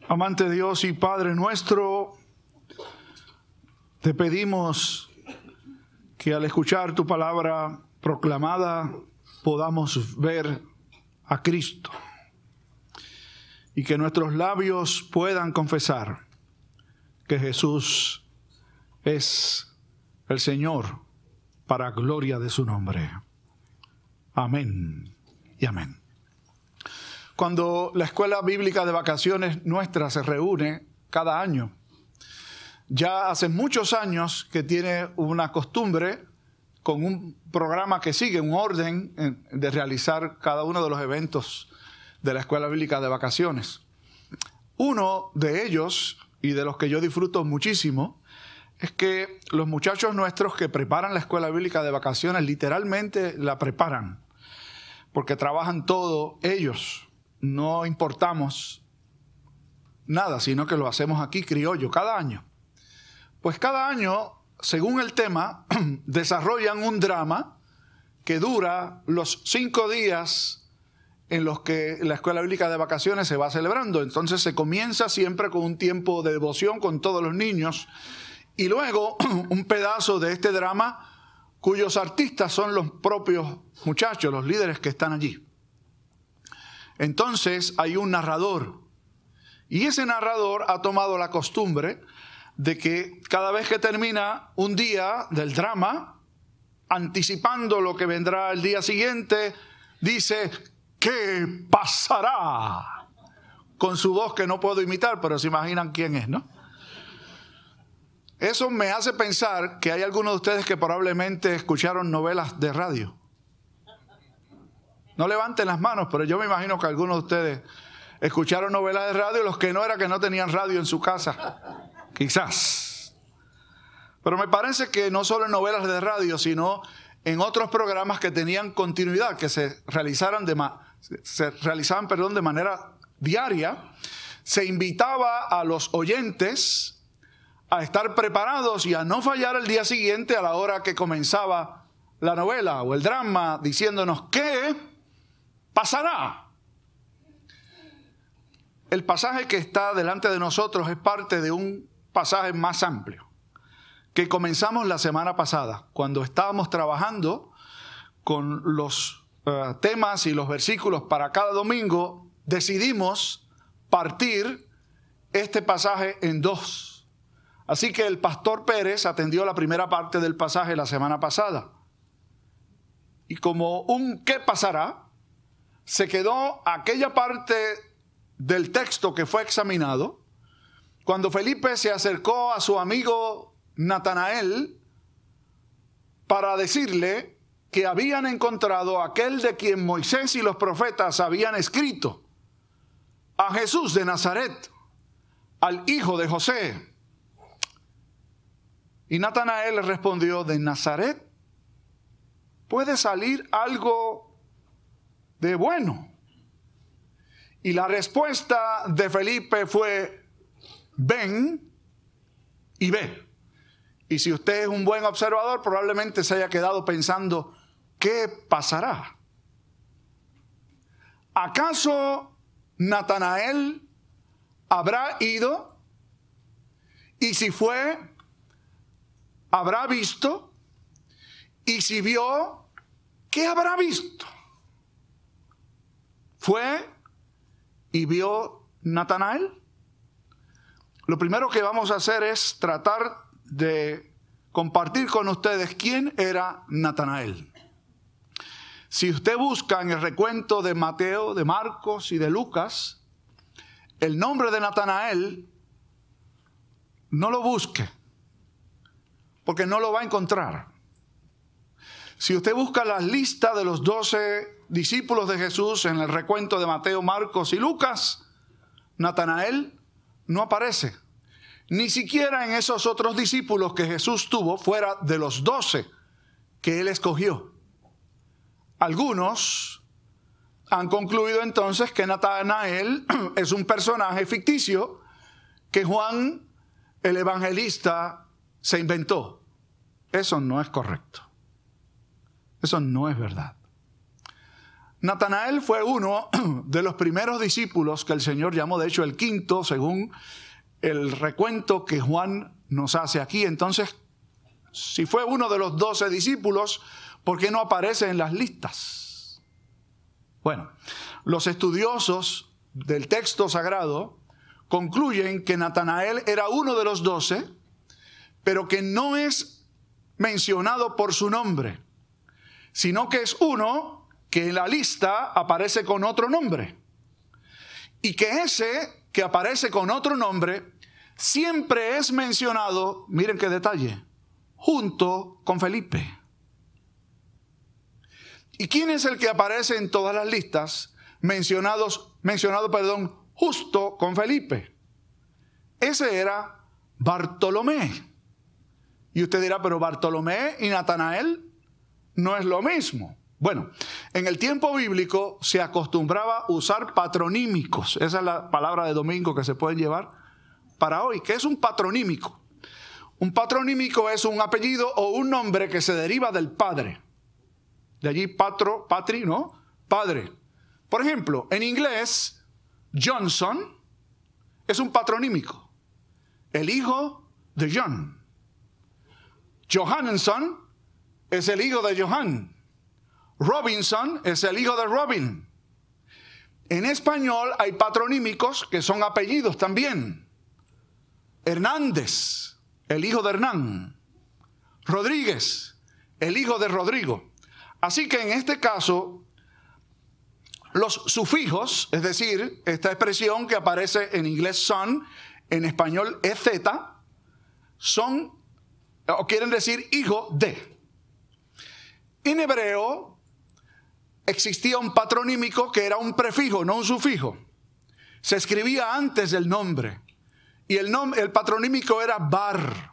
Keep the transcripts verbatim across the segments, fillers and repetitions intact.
Amante Dios y Padre nuestro, te pedimos que al escuchar tu palabra proclamada podamos ver a Cristo y que nuestros labios puedan confesar que Jesús es el Señor para gloria de su nombre. Amén y amén. Cuando la Escuela Bíblica de Vacaciones nuestra se reúne cada año, ya hace muchos años que tiene una costumbre con un programa que sigue un orden de realizar cada uno de los eventos de la Escuela Bíblica de Vacaciones. Uno de ellos, y de los que yo disfruto muchísimo, es que los muchachos nuestros que preparan la Escuela Bíblica de Vacaciones literalmente la preparan, porque trabajan todo ellos. No importamos nada, sino que lo hacemos aquí criollo cada año. Pues cada año, según el tema, desarrollan un drama que dura los cinco días en los que la Escuela Bíblica de Vacaciones se va celebrando. Entonces se comienza siempre con un tiempo de devoción con todos los niños y luego un pedazo de este drama cuyos artistas son los propios muchachos, los líderes que están allí. Entonces hay un narrador y ese narrador ha tomado la costumbre de que cada vez que termina un día del drama, anticipando lo que vendrá el día siguiente, dice, ¿qué pasará? Con su voz que no puedo imitar, pero se imaginan quién es, ¿no? Eso me hace pensar que hay algunos de ustedes que probablemente escucharon novelas de radio. No levanten las manos, pero yo me imagino que algunos de ustedes escucharon novelas de radio, los que no era que no tenían radio en su casa, quizás. Pero me parece que no solo en novelas de radio, sino en otros programas que tenían continuidad, que se realizaran de ma- se realizaban, perdón, de manera diaria, se invitaba a los oyentes a estar preparados y a no fallar el día siguiente a la hora que comenzaba la novela o el drama, diciéndonos qué pasará. El pasaje que está delante de nosotros es parte de un pasaje más amplio que comenzamos la semana pasada, cuando estábamos trabajando con los uh, temas y los versículos para cada domingo. Decidimos partir este pasaje en dos. Así que el pastor Pérez atendió la primera parte del pasaje la semana pasada. Y como un ¿qué pasará?, se quedó aquella parte del texto que fue examinado cuando Felipe se acercó a su amigo Natanael para decirle que habían encontrado aquel de quien Moisés y los profetas habían escrito, a Jesús de Nazaret, al hijo de José. Y Natanael le respondió, ¿de Nazaret puede salir algo de bueno? Y la respuesta de Felipe fue, ven y ve. Y si usted es un buen observador, probablemente se haya quedado pensando, ¿qué pasará? ¿Acaso Natanael habrá ido? Y si fue, ¿habrá visto? Y si vio, ¿qué habrá visto? ¿Fue y vio Natanael? Lo primero que vamos a hacer es tratar de compartir con ustedes quién era Natanael. Si usted busca en el recuento de Mateo, de Marcos y de Lucas, el nombre de Natanael, no lo busque, porque no lo va a encontrar. Si usted busca la lista de los doce discípulos de Jesús en el recuento de Mateo, Marcos y Lucas, Natanael no aparece. Ni siquiera en esos otros discípulos que Jesús tuvo fuera de los doce que él escogió. Algunos han concluido entonces que Natanael es un personaje ficticio que Juan, el evangelista, se inventó. Eso no es correcto. Eso no es verdad. Natanael fue uno de los primeros discípulos que el Señor llamó, de hecho el quinto, según el recuento que Juan nos hace aquí. Entonces, si fue uno de los doce discípulos, ¿por qué no aparece en las listas? Bueno, los estudiosos del texto sagrado concluyen que Natanael era uno de los doce, pero que no es mencionado por su nombre, sino que es uno que en la lista aparece con otro nombre. Y que ese que aparece con otro nombre siempre es mencionado, miren qué detalle, junto con Felipe. ¿Y quién es el que aparece en todas las listas mencionados, mencionado, perdón, justo con Felipe? Ese era Bartolomé. Y usted dirá, pero Bartolomé y Natanael no es lo mismo. Bueno, en el tiempo bíblico se acostumbraba usar patronímicos. Esa es la palabra de domingo que se pueden llevar para hoy. ¿Qué es un patronímico? Un patronímico es un apellido o un nombre que se deriva del padre. De allí patro, patri, ¿no? Padre. Por ejemplo, en inglés, Johnson es un patronímico. El hijo de John. Johannesson es el hijo de Johan. Robinson es el hijo de Robin. En español hay patronímicos que son apellidos también. Hernández, el hijo de Hernán. Rodríguez, el hijo de Rodrigo. Así que en este caso, los sufijos, es decir, esta expresión que aparece en inglés son, en español ez, son, o quieren decir hijo de. En hebreo existía un patronímico que era un prefijo, no un sufijo. Se escribía antes del nombre. Y el, nom- el patronímico era Bar.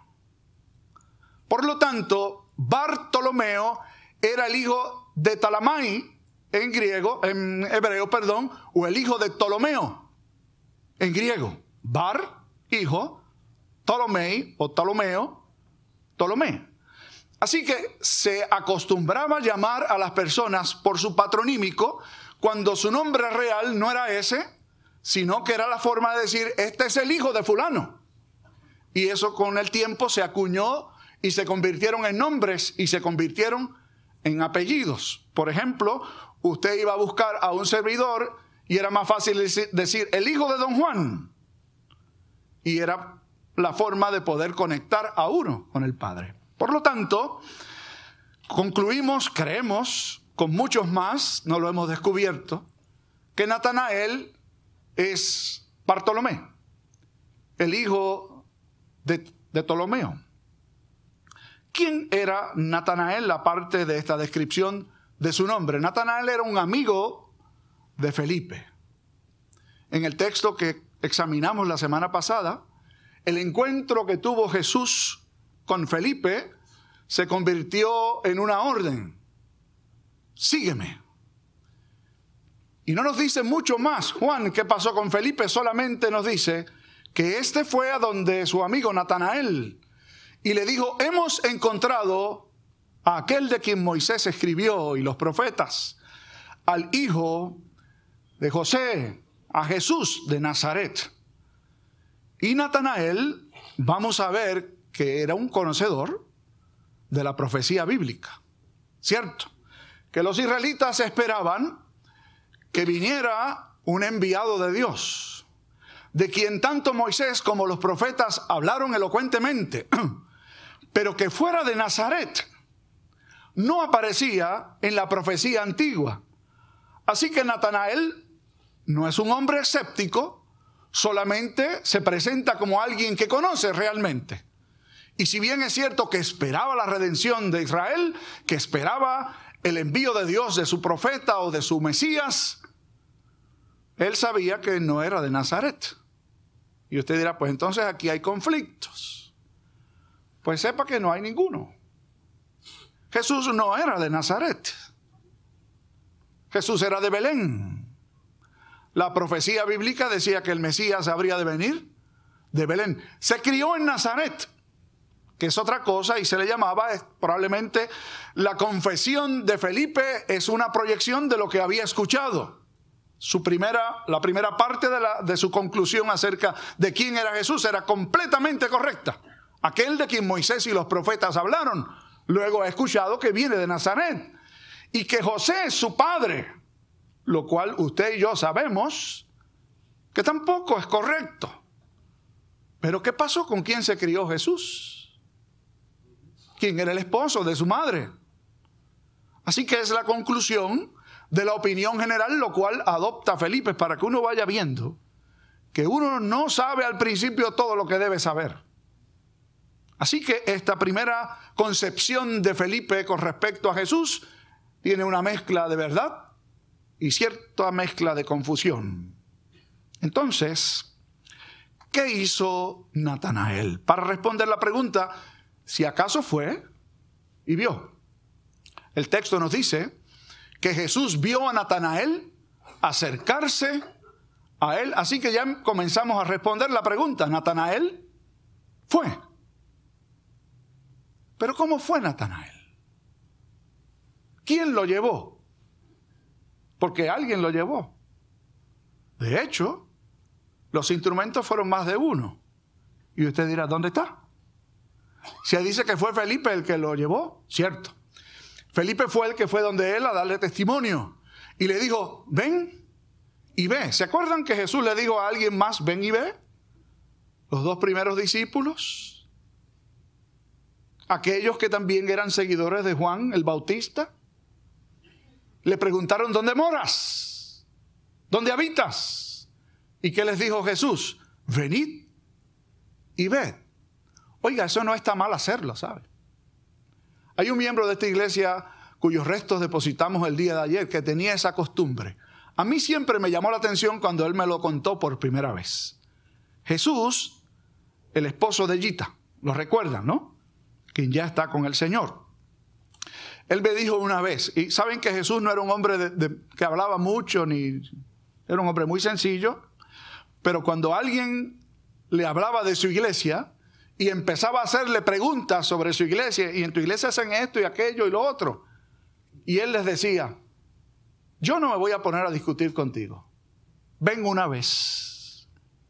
Por lo tanto, Bartolomeo era el hijo de Talamai en griego, en hebreo, perdón, o el hijo de Ptolomeo en griego. Bar, hijo, Ptolomei o Ptolomeo, Ptolomé. Así que se acostumbraba llamar a las personas por su patronímico cuando su nombre real no era ese, sino que era la forma de decir, este es el hijo de fulano. Y eso con el tiempo se acuñó y se convirtieron en nombres y se convirtieron en apellidos. Por ejemplo, usted iba a buscar a un servidor y era más fácil decir, el hijo de don Juan. Y era la forma de poder conectar a uno con el Padre. Por lo tanto, concluimos, creemos, con muchos más, no lo hemos descubierto, que Natanael es Bartolomé, el hijo de, de Ptolomeo. ¿Quién era Natanael, aparte de esta descripción de su nombre? Natanael era un amigo de Felipe. En el texto que examinamos la semana pasada, el encuentro que tuvo Jesús con Felipe se convirtió en una orden. Sígueme. Y no nos dice mucho más Juan qué pasó con Felipe, solamente nos dice que este fue a donde su amigo Natanael y le dijo, hemos encontrado a aquel de quien Moisés escribió y los profetas, al hijo de José, a Jesús de Nazaret. Y Natanael, vamos a ver que era un conocedor de la profecía bíblica, ¿cierto? Que los israelitas esperaban que viniera un enviado de Dios, de quien tanto Moisés como los profetas hablaron elocuentemente, pero que fuera de Nazaret. No aparecía en la profecía antigua. Así que Natanael no es un hombre escéptico, solamente se presenta como alguien que conoce realmente. Y si bien es cierto que esperaba la redención de Israel, que esperaba el envío de Dios de su profeta o de su Mesías, él sabía que no era de Nazaret. Y usted dirá, pues entonces aquí hay conflictos. Pues sepa que no hay ninguno. Jesús no era de Nazaret. Jesús era de Belén. La profecía bíblica decía que el Mesías habría de venir de Belén. Se crió en Nazaret. que es otra cosa y se le llamaba, es, probablemente la confesión de Felipe es una proyección de lo que había escuchado. Su primera, la primera parte de, la, de su conclusión acerca de quién era Jesús era completamente correcta. Aquel de quien Moisés y los profetas hablaron. Luego ha escuchado que viene de Nazaret y que José es su padre, lo cual usted y yo sabemos que tampoco es correcto. Pero ¿qué pasó con quién se crió Jesús? ¿Quién era el esposo de su madre? Así que es la conclusión de la opinión general, lo cual adopta Felipe para que uno vaya viendo que uno no sabe al principio todo lo que debe saber. Así que esta primera concepción de Felipe con respecto a Jesús tiene una mezcla de verdad y cierta mezcla de confusión. Entonces, ¿qué hizo Natanael? Para responder la pregunta, si acaso fue y vio. El texto nos dice que Jesús vio a Natanael acercarse a él. Así que ya comenzamos a responder la pregunta. Natanael fue. Pero ¿cómo fue Natanael? ¿Quién lo llevó? Porque alguien lo llevó. De hecho, los instrumentos fueron más de uno. Y usted dirá, ¿dónde está? Se dice que fue Felipe el que lo llevó, cierto. Felipe fue el que fue donde él a darle testimonio. Y le dijo, ven y ve. ¿Se acuerdan que Jesús le dijo a alguien más, ven y ve? Los dos primeros discípulos. Aquellos que también eran seguidores de Juan el Bautista. Le preguntaron, ¿dónde moras? ¿Dónde habitas? ¿Y qué les dijo Jesús? Venid y ved. Oiga, eso no está mal hacerlo, ¿sabe? Hay un miembro de esta iglesia cuyos restos depositamos el día de ayer que tenía esa costumbre. A mí siempre me llamó la atención cuando él me lo contó por primera vez. Jesús, el esposo de Gita, lo recuerdan, ¿no? Quien ya está con el Señor. Él me dijo una vez, y saben que Jesús no era un hombre de, de, que hablaba mucho, ni era un hombre muy sencillo, pero cuando alguien le hablaba de su iglesia y empezaba a hacerle preguntas sobre su iglesia, y en tu iglesia hacen esto y aquello y lo otro, y él les decía, yo no me voy a poner a discutir contigo, ven una vez.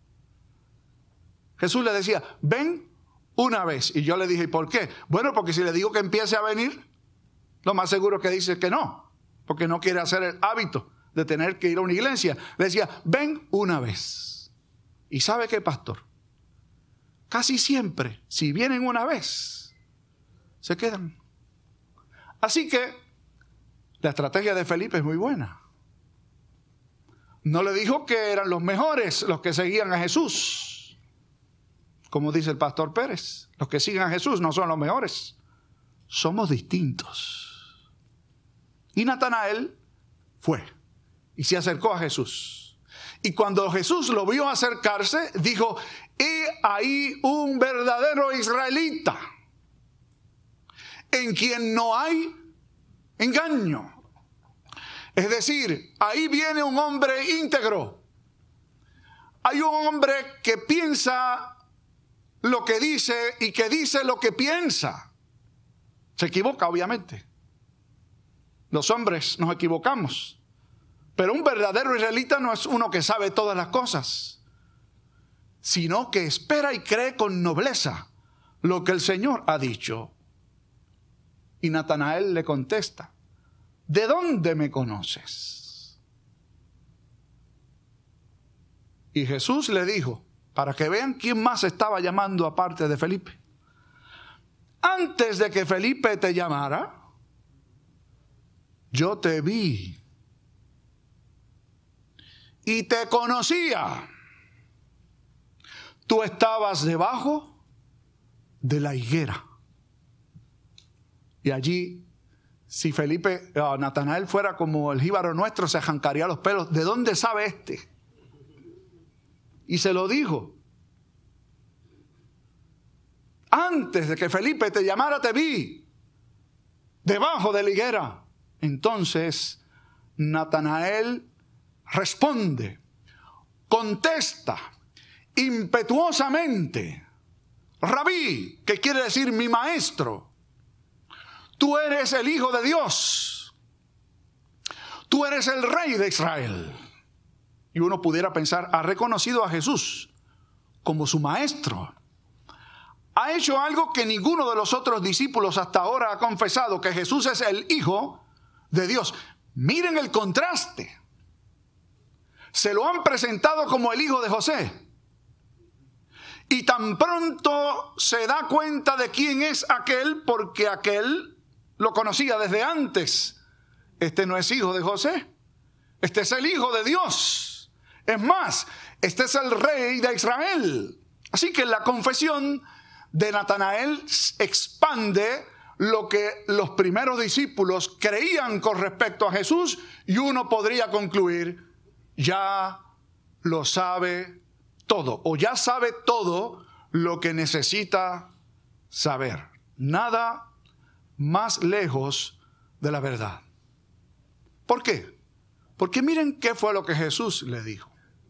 Jesús le decía, ven una vez. Y yo le dije, ¿y por qué? Bueno, porque si le digo que empiece a venir, lo más seguro es que dice que no, porque no quiere hacer el hábito de tener que ir a una iglesia. Le decía, ven una vez. ¿Y sabe qué, pastor? Casi siempre, si vienen una vez, se quedan. Así que la estrategia de Felipe es muy buena. No le dijo que eran los mejores los que seguían a Jesús. Como dice el pastor Pérez, los que siguen a Jesús no son los mejores. Somos distintos. Y Natanael fue y se acercó a Jesús. Y cuando Jesús lo vio acercarse, dijo, he ahí un verdadero israelita, en quien no hay engaño. Es decir, ahí viene un hombre íntegro. Hay un hombre que piensa lo que dice y que dice lo que piensa. Se equivoca, obviamente. Los hombres nos equivocamos. Pero un verdadero israelita no es uno que sabe todas las cosas, sino que espera y cree con nobleza lo que el Señor ha dicho. Y Natanael le contesta, ¿de dónde me conoces? Y Jesús le dijo, para que vean quién más estaba llamando aparte de Felipe. Antes de que Felipe te llamara, yo te vi y te conocía. Tú estabas debajo de la higuera. Y allí, si Felipe, oh, Natanael fuera como el jíbaro nuestro, se arrancaría los pelos. ¿De dónde sabe este? Y se lo dijo. Antes de que Felipe te llamara, te vi debajo de la higuera. Entonces, Natanael responde, contesta impetuosamente Rabí, que quiere decir mi maestro, tú eres el Hijo de Dios, tú eres el Rey de Israel. Y uno pudiera pensar, ha reconocido a Jesús como su maestro. Ha hecho algo que ninguno de los otros discípulos hasta ahora ha confesado, que Jesús es el Hijo de Dios. Miren el contraste. Se lo han presentado como el hijo de José. Y tan pronto se da cuenta de quién es aquel, porque aquel lo conocía desde antes. Este no es hijo de José. Este es el Hijo de Dios. Es más, este es el Rey de Israel. Así que la confesión de Natanael expande lo que los primeros discípulos creían con respecto a Jesús, y uno podría concluir, ya lo sabe todo, o ya sabe todo lo que necesita saber. Nada más lejos de la verdad. ¿Por qué? Porque miren qué fue lo que Jesús le dijo.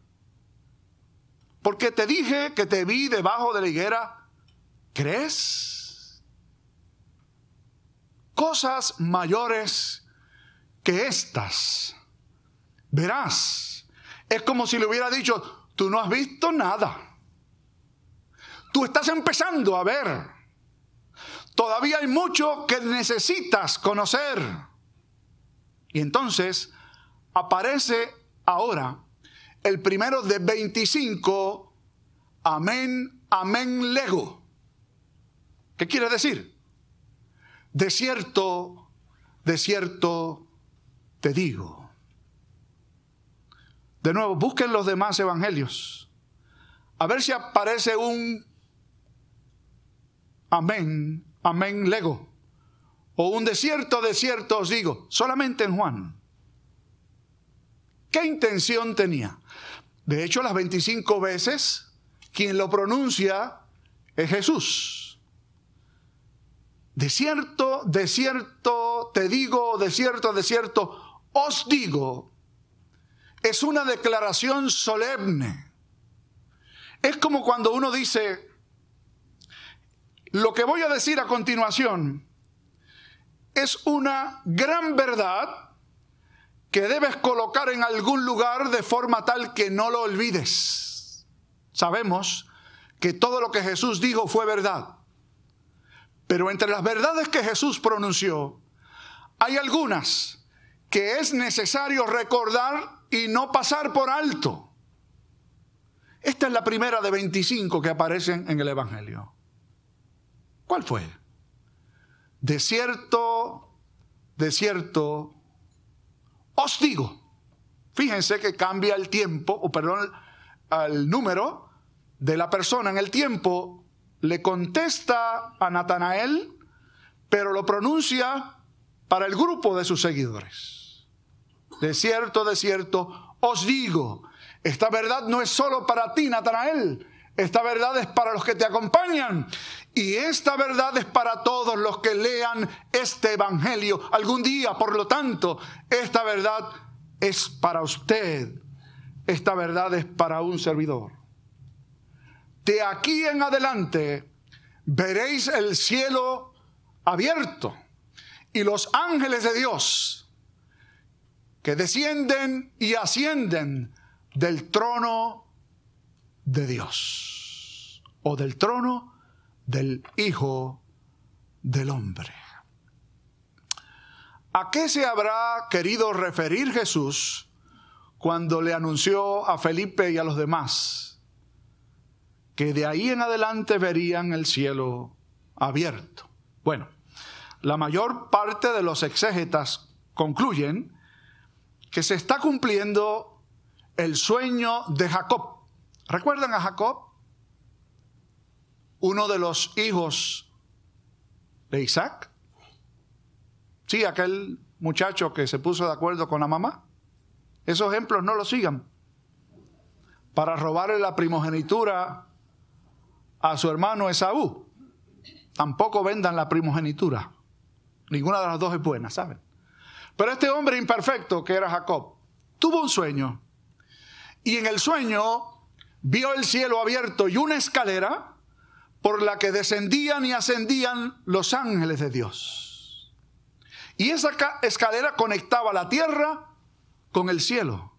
Porque te dije que te vi debajo de la higuera, ¿crees? Cosas mayores que estas verás. Es como si le hubiera dicho, tú no has visto nada. Tú estás empezando a ver. Todavía hay mucho que necesitas conocer. Y entonces aparece ahora el primero de veinticinco, amén, amén lego. ¿Qué quiere decir? De cierto, de cierto te digo. De nuevo, busquen los demás evangelios. A ver si aparece un amén, amén lego. O un de cierto, de cierto os digo. Solamente en Juan. ¿Qué intención tenía? De hecho, las veinticinco veces, quien lo pronuncia es Jesús. De cierto, de cierto te digo, de cierto, de cierto os digo. Es una declaración solemne. Es como cuando uno dice, lo que voy a decir a continuación es una gran verdad que debes colocar en algún lugar de forma tal que no lo olvides. Sabemos que todo lo que Jesús dijo fue verdad. Pero entre las verdades que Jesús pronunció, hay algunas que es necesario recordar y no pasar por alto. Esta es la primera de veinticinco que aparecen en el Evangelio. ¿Cuál fue? De cierto, de cierto, os digo. Fíjense que cambia el tiempo, o perdón, el número de la persona en el tiempo. Le contesta a Natanael, pero lo pronuncia para el grupo de sus seguidores. De cierto, de cierto, os digo, esta verdad no es solo para ti, Natanael. Esta verdad es para los que te acompañan. Y esta verdad es para todos los que lean este evangelio algún día. Por lo tanto, esta verdad es para usted. Esta verdad es para un servidor. De aquí en adelante veréis el cielo abierto y los ángeles de Dios que descienden y ascienden del trono de Dios o del trono del Hijo del Hombre. ¿A qué se habrá querido referir Jesús cuando le anunció a Felipe y a los demás que de ahí en adelante verían el cielo abierto? Bueno, la mayor parte de los exégetas concluyen que se está cumpliendo el sueño de Jacob. ¿Recuerdan a Jacob? Uno de los hijos de Isaac. Sí, aquel muchacho que se puso de acuerdo con la mamá. Esos ejemplos no los sigan. Para robarle la primogenitura a su hermano Esaú. Tampoco vendan la primogenitura. Ninguna de las dos es buena, ¿saben? Pero este hombre imperfecto que era Jacob, tuvo un sueño. Y en el sueño vio el cielo abierto y una escalera por la que descendían y ascendían los ángeles de Dios. Y esa escalera conectaba la tierra con el cielo.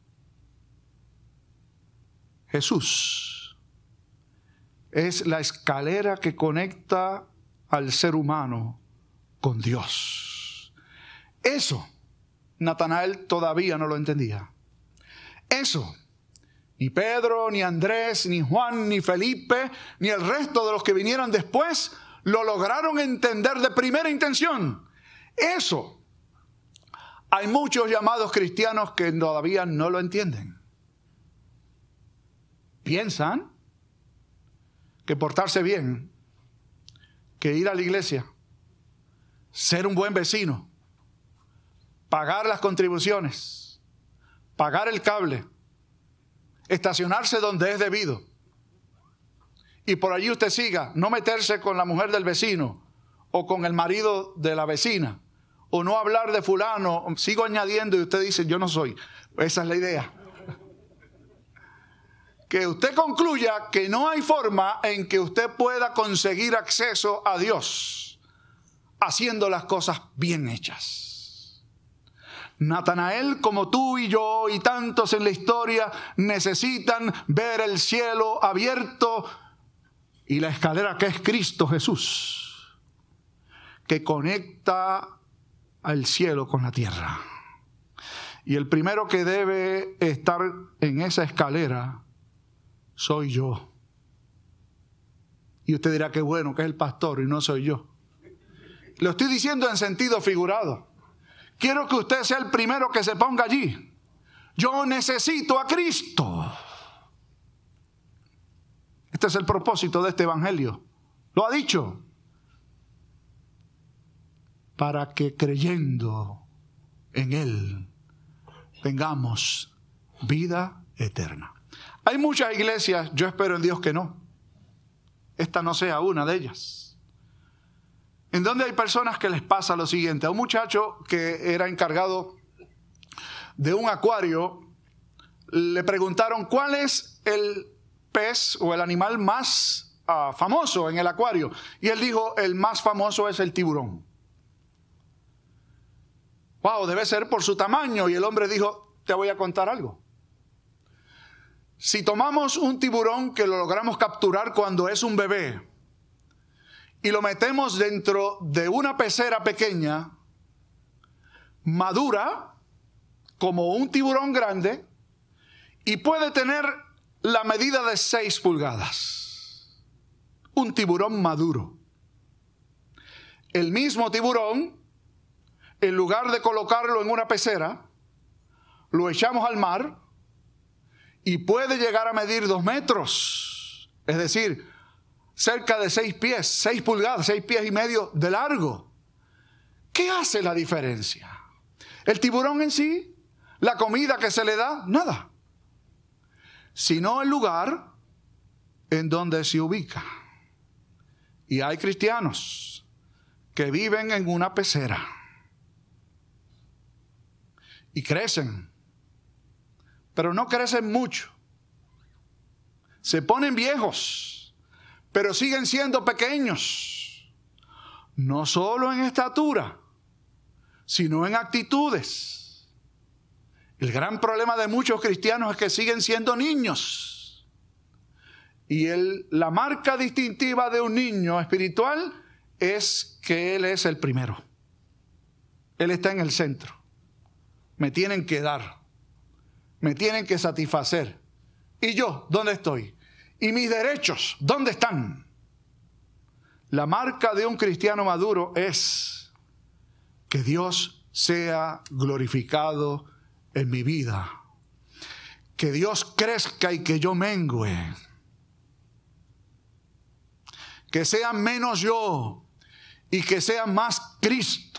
Jesús es la escalera que conecta al ser humano con Dios. Eso Natanael todavía no lo entendía. Eso ni Pedro, ni Andrés, ni Juan, ni Felipe, ni el resto de los que vinieran después lo lograron entender de primera intención. Eso hay muchos llamados cristianos que todavía no lo entienden. Piensan que portarse bien, que ir a la iglesia, ser un buen vecino, pagar las contribuciones, pagar el cable, estacionarse donde es debido, y por allí usted siga, no meterse con la mujer del vecino o con el marido de la vecina, o no hablar de fulano, sigo añadiendo y usted dice yo no soy. Esa es la idea. Que usted concluya que no hay forma en que usted pueda conseguir acceso a Dios haciendo las cosas bien hechas. Natanael, como tú y yo y tantos en la historia, necesitan ver el cielo abierto y la escalera que es Cristo Jesús, que conecta al cielo con la tierra. Y el primero que debe estar en esa escalera soy yo. Y usted dirá que bueno, que es el pastor y no soy yo. Lo estoy diciendo en sentido figurado. Quiero que usted sea el primero que se ponga allí. Yo necesito a Cristo. Este es el propósito de este evangelio. Lo ha dicho. Para que creyendo en Él tengamos vida eterna. Hay muchas iglesias, yo espero en Dios que no. Esta no sea una de ellas. En donde hay personas que les pasa lo siguiente. A un muchacho que era encargado de un acuario, le preguntaron cuál es el pez o el animal más uh, famoso en el acuario. Y él dijo, el más famoso es el tiburón. Wow, debe ser por su tamaño. Y el hombre dijo, te voy a contar algo. Si tomamos un tiburón que lo logramos capturar cuando es un bebé y lo metemos dentro de una pecera pequeña, madura como un tiburón grande y puede tener la medida de seis pulgadas. Un tiburón maduro. El mismo tiburón, en lugar de colocarlo en una pecera, lo echamos al mar y puede llegar a medir dos metros. Es decir, cerca de seis pies, seis pulgadas, seis pies y medio de largo. ¿Qué hace la diferencia? ¿El tiburón en sí? ¿La comida que se le da? Nada. Sino el lugar en donde se ubica. Y hay cristianos que viven en una pecera y crecen, pero no crecen mucho. Se ponen viejos, pero siguen siendo pequeños. No solo en estatura, sino en actitudes. El gran problema de muchos cristianos es que siguen siendo niños. Y el, la marca distintiva de un niño espiritual es que él es el primero. Él está en el centro. Me tienen que dar. Me tienen que satisfacer. ¿Y yo dónde estoy? ¿Y mis derechos dónde están? La marca de un cristiano maduro es que Dios sea glorificado en mi vida. Que Dios crezca y que yo mengüe. Que sea menos yo y que sea más Cristo.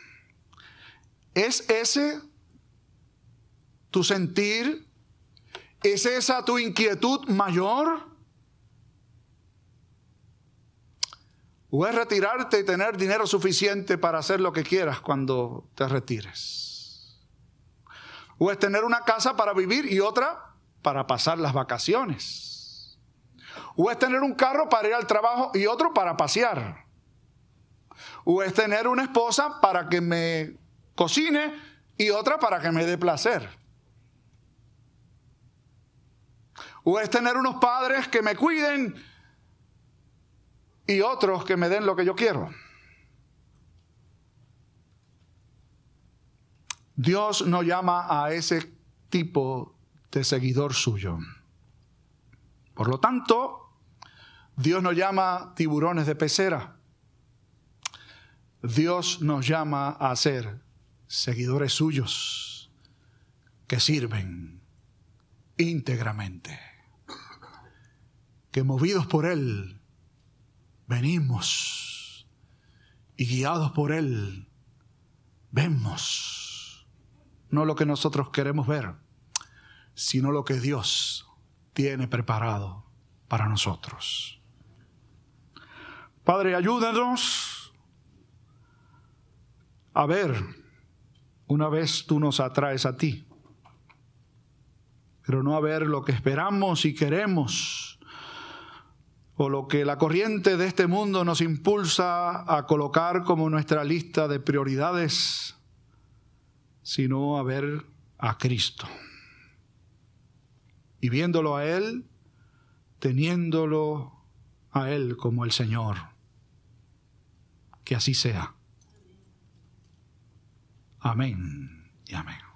¿Es ese tu sentir? ¿Es esa tu inquietud mayor? ¿O es retirarte y tener dinero suficiente para hacer lo que quieras cuando te retires? ¿O es tener una casa para vivir y otra para pasar las vacaciones? O es tener un carro para ir al trabajo y otro para pasear. O es tener una esposa para que me cocine y otra para que me dé placer. O es tener unos padres que me cuiden y otros que me den lo que yo quiero. Dios no llama a ese tipo de seguidor suyo. Por lo tanto, Dios nos llama tiburones de pecera. Dios nos llama a ser seguidores suyos que sirven íntegramente, que movidos por Él venimos y guiados por Él vemos. No lo que nosotros queremos ver, sino lo que Dios tiene preparado para nosotros. Padre, ayúdanos a ver, una vez tú nos atraes a ti, pero no a ver lo que esperamos y queremos, o lo que la corriente de este mundo nos impulsa a colocar como nuestra lista de prioridades, sino a ver a Cristo. Y viéndolo a Él, teniéndolo a Él como el Señor. Que así sea. Amén y amén.